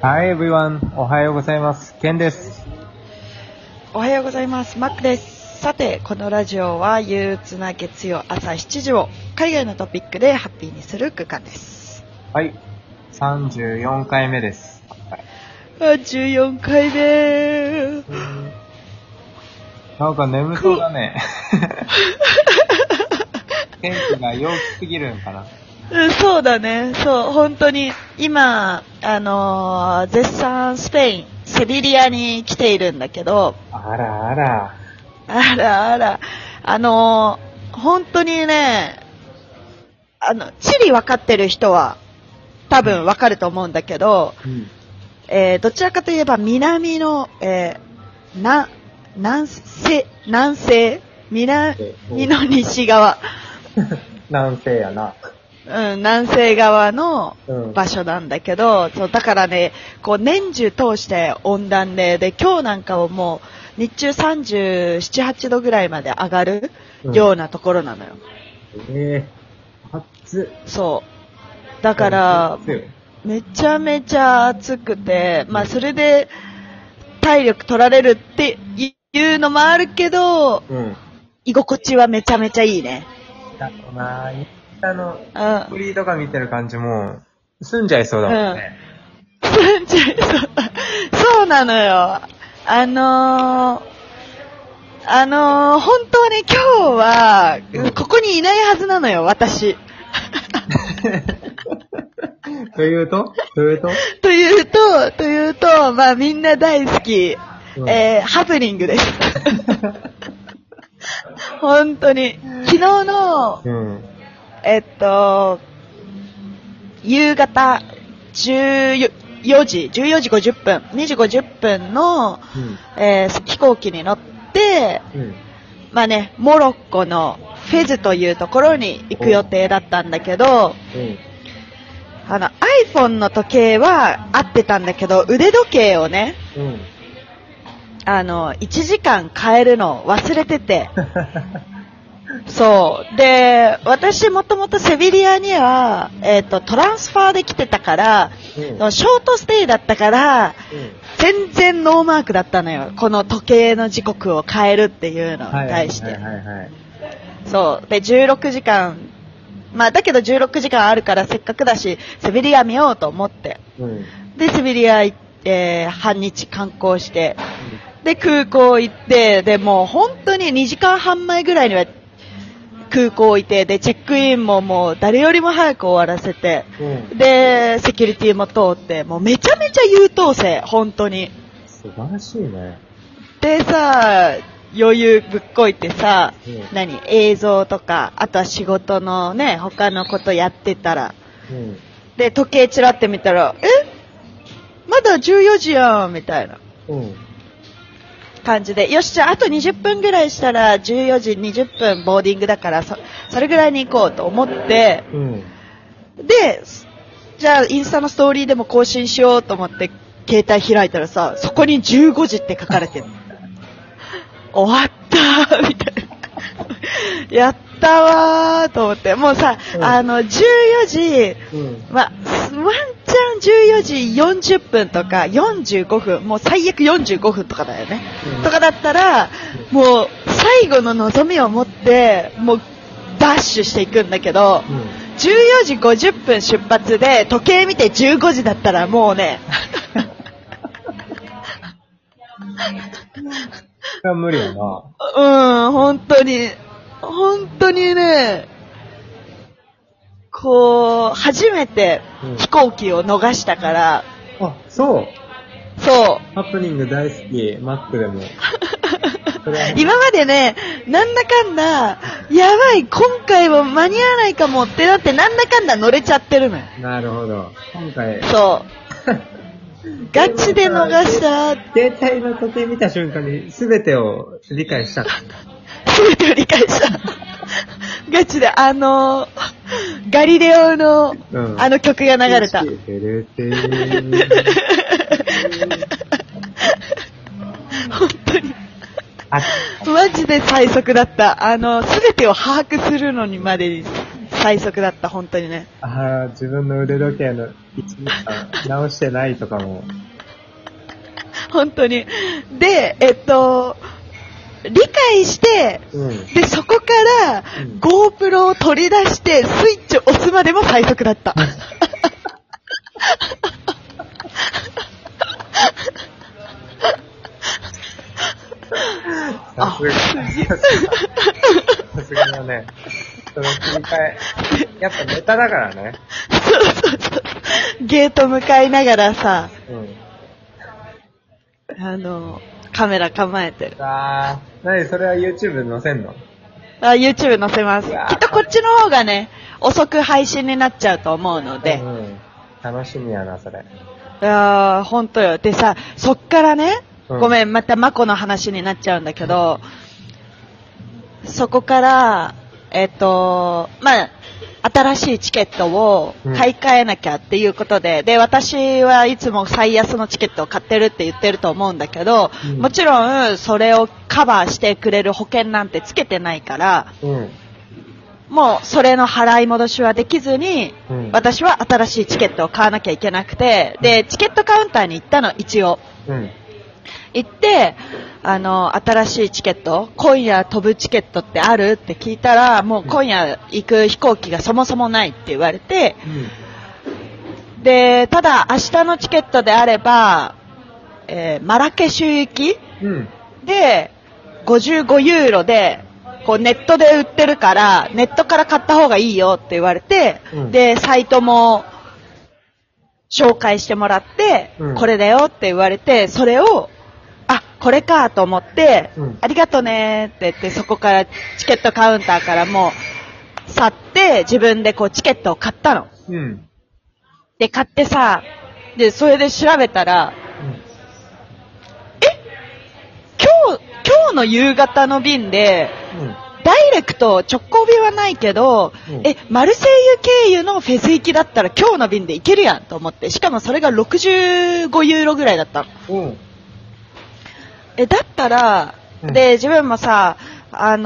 Hi everyone! おはようございます。ケンです。 おはようございます。マックです。さて、このラジオは憂鬱な月曜朝7時を海外のトピックでハッピーにする空間です。 はい。34回目です。 14回目。 なんか眠そうだね。天気が陽気すぎるのかな。 そうだね。そう、本当に今、絶賛スペイン、セビリアに来ているんだけど。 あらあら。 あらあら。本当にね、地理分かってる人は多分分かると思うんだけど、どちらかといえば南の、南西、南の西側。 南西やな。 南西側の場所なんだけど、そうだからね、こう年中通して温暖で、今日なんかはもう日中37、8度ぐらいまで上がるようなところなのよ。 暑っ。 そう。だから、めちゃめちゃ暑くて、まあそれで体力取られるっていうのもあるけど、居心地はめちゃめちゃいいね。 だとな鳥とか見てる感じも住んじゃいそうだもんね。 住んじゃいそう。そうなのよ。本当はね、今日は、ここにいないはずなのよ、私。 というと、 まあみんな大好き、ハプニングです。本当に。昨日の、夕方14時50分、2時50分の、飛行機に乗って、まあね、モロッコのフェズというところに行く予定だったんだけど、iPhone の時計は合ってたんだけど、腕時計をね、1時間変えるのを忘れてて、そう。で、私もともとセビリアには、トランスファーで来てたから、ショートステイだったから、全然ノーマークだったのよ。この時計の時刻を変えるっていうのに対して。そう。で、16時間、まあだけど16時間あるからせっかくだし、セビリア見ようと思って。で、セビリア行って、半日観光して、で、空港行って、で、もう本当に2時間半前ぐらいには空港いて、で、チェックインももう誰よりも早く終わらせて、で、セキュリティも通って、もうめちゃめちゃ優等生、本当に。 素晴らしいね。 でさ、余裕ぶっこいてさ、映像とか、あとは仕事のね、他のことやってたら、で、時計ちらって見たら、まだ14時やん、みたいな。感じで、よし、じゃああと20分ぐらいしたら14時20分ボーディングだから、それぐらいに行こうと思って、で、じゃあインスタのストーリーでも更新しようと思って携帯開いたらさ、そこに15時って書かれてる。終わったーみたいな。やったわーと思って、もうさ、14時、ワンチャン14時40分とか45分、もう最悪45分とかだよね。とかだったら、もう最後の望みを持って、もうダッシュしていくんだけど、14時50分出発で時計見て15時だったらもうね、 無理やな。 本当にね、こう、初めて飛行機を逃したから。 あ、そう。 そう。 ハプニング大好き、マックでも。 今までね、なんだかんだ、やばい、今回は間に合わないかもってなって、なんだかんだ乗れちゃってるのよ。 なるほど。今回。 そう。ガチで逃した。 携帯の時計見た瞬間に全てを理解した。 全てを理解した。ガチで、ガリレオの、曲が流れた。本当に。マジで最速だった。すべてを把握するのにまで最速だった、本当にね。 ああ、自分の腕時計の位置直してないとかも。 本当に。で、理解して、で、そこから、GoPro を取り出して、スイッチを押すまでも最速だった。 さすがだね。その切り替え。やっぱネタだからね。 ゲート向かいながらさ、カメラ構えてる。 なにそれは YouTube に載せんの ？YouTube 載せます。きっとこっちの方がね、遅く配信になっちゃうと思うので。 楽しみやな、それ。 ほんとよ。でさ、そっからね、ごめん、またマコの話になっちゃうんだけど、そこから、新しいチケットを買い替えなきゃっていうことで、で、私はいつも最安のチケットを買ってるって言ってると思うんだけど、もちろんそれをカバーしてくれる保険なんてつけてないから、もうそれの払い戻しはできずに、私は新しいチケットを買わなきゃいけなくて、で、チケットカウンターに行ったの、一応。行って、新しいチケット、今夜飛ぶチケットってあるって聞いたら、もう今夜行く飛行機がそもそもないって言われて、で、ただ明日のチケットであれば、マラケシュ行き、で、55ユーロで、こうネットで売ってるから、ネットから買った方がいいよって言われて、で、サイトも紹介してもらって、これだよって言われて、それを、これかと思って、ありがとねって言って、そこからチケットカウンターからもう去って、自分でこうチケットを買ったの。で、買ってさ、で、それで調べたら、今日の夕方の便で、ダイレクト直行便はないけど、マルセイユ経由のフェズ行きだったら今日の便で行けるやんと思って、しかもそれが65ユーロぐらいだったの。だったら、で、自分もさ、ツア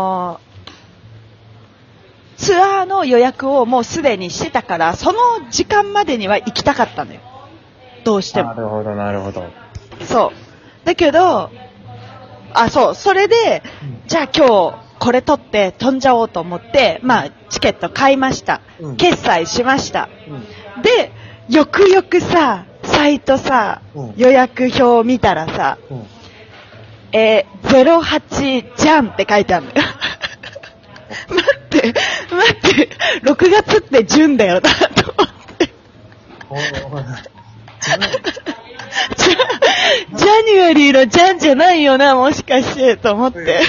ーの予約をもうすでにしてたから、その時間までには行きたかったのよ。どうしても。 なるほど、なるほど。 そう。だけど、それで、じゃあ今日、これ取って飛んじゃおうと思って、チケット買いました。決済しました。で、よくよくさ、サイトさ、予約表を見たらさ、08じゃんって書いてあるのよ。待って、6月って順だよな、と思って。ジャニュアリーのジャンじゃないよな、もしかして、と思って。で、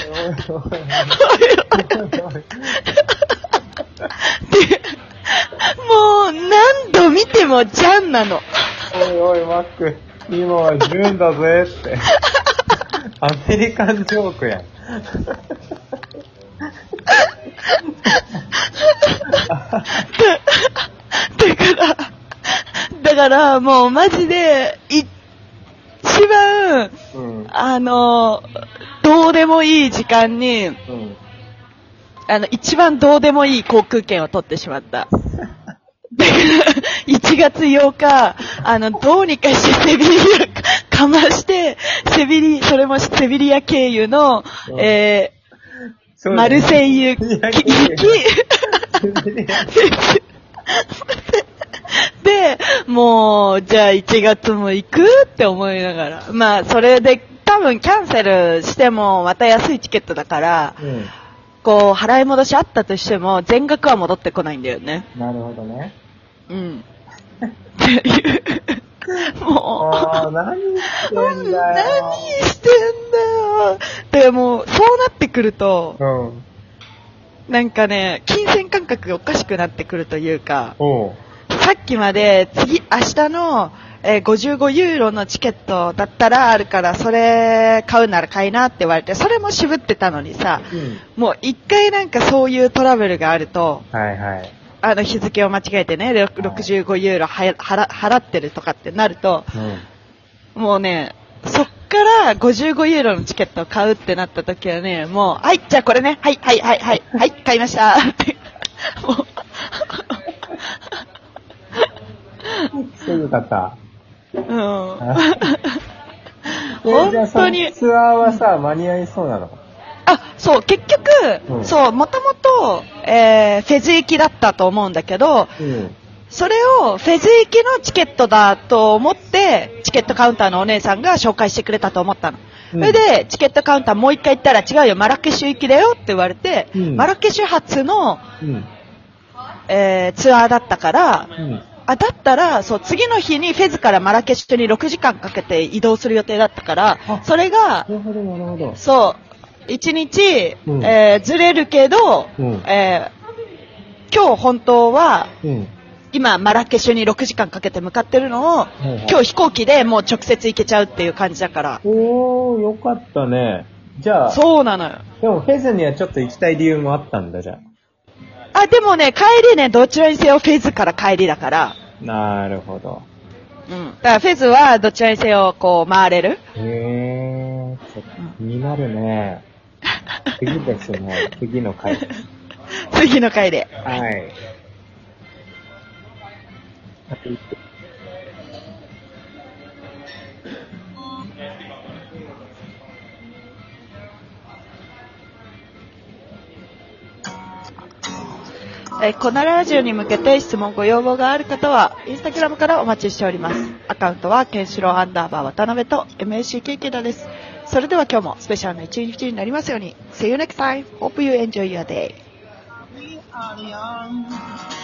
もう何度見てもジャンなの。 おい、マック、今は順だぜって。アメリカンジョークやん。 だからもうマジで、一番、どうでもいい時間に、一番どうでもいい航空券を取ってしまった。1月8日、どうにかしてセビリアかまして、それもセビリア経由の、マルセイユ行き、で、もう、じゃあ1月も行くって思いながら。それで多分キャンセルしてもまた安いチケットだから、こう、払い戻しあったとしても、全額は戻ってこないんだよね。 なるほどね。 っていう。もう。 何してんだよ。 何してんだよ。だからもう、そうなってくると、なんかね、金銭感覚がおかしくなってくるというか、さっきまで明日の、55ユーロのチケットだったらあるから、それ買うなら買いなって言われて、それも渋ってたのにさ、もう一回なんかそういうトラブルがあると、日付を間違えてね、65ユーロ払ってるとかってなると、もうね、そっから55ユーロのチケットを買うってなった時はね、もう、はい、じゃあこれね、はい、買いましたって。もうすぐ方。 うん。 じゃあ本当に。 ツアーはさ、間に合いそうなの？ あ、そう、結局、そう、もともと、フェズ行きだったと思うんだけど、それをフェズ行きのチケットだと思って、チケットカウンターのお姉さんが紹介してくれたと思ったの。それで、チケットカウンターもう一回行ったら違うよ、マラケシュ行きだよって言われて、マラケシュ発の、ツアーだったから、だったら、そう、次の日にフェズからマラケシュに6時間かけて移動する予定だったから、それが、そう、1日、ずれるけど、今日本当は、今マラケシュに6時間かけて向かってるのを、今日飛行機でもう直接行けちゃうっていう感じだから。 おー、よかったね。じゃあ、 そうなのよ。 でもフェズにはちょっと行きたい理由もあったんだ、じゃあ。でもね、帰りね、どちらにせよフェズから帰りだから。 なるほど。 だからフェズはどちらにせよこう回れる。 ちょっと気になるね。次ですね。次の回。 次の回で。 はい。 このラジオに向けて質問ご要望がある方はインスタグラムからお待ちしております。アカウントはケンシロウ_渡辺と MACK 池田です。それでは今日もスペシャルな一日になりますように。See you next time. Hope you enjoy your day.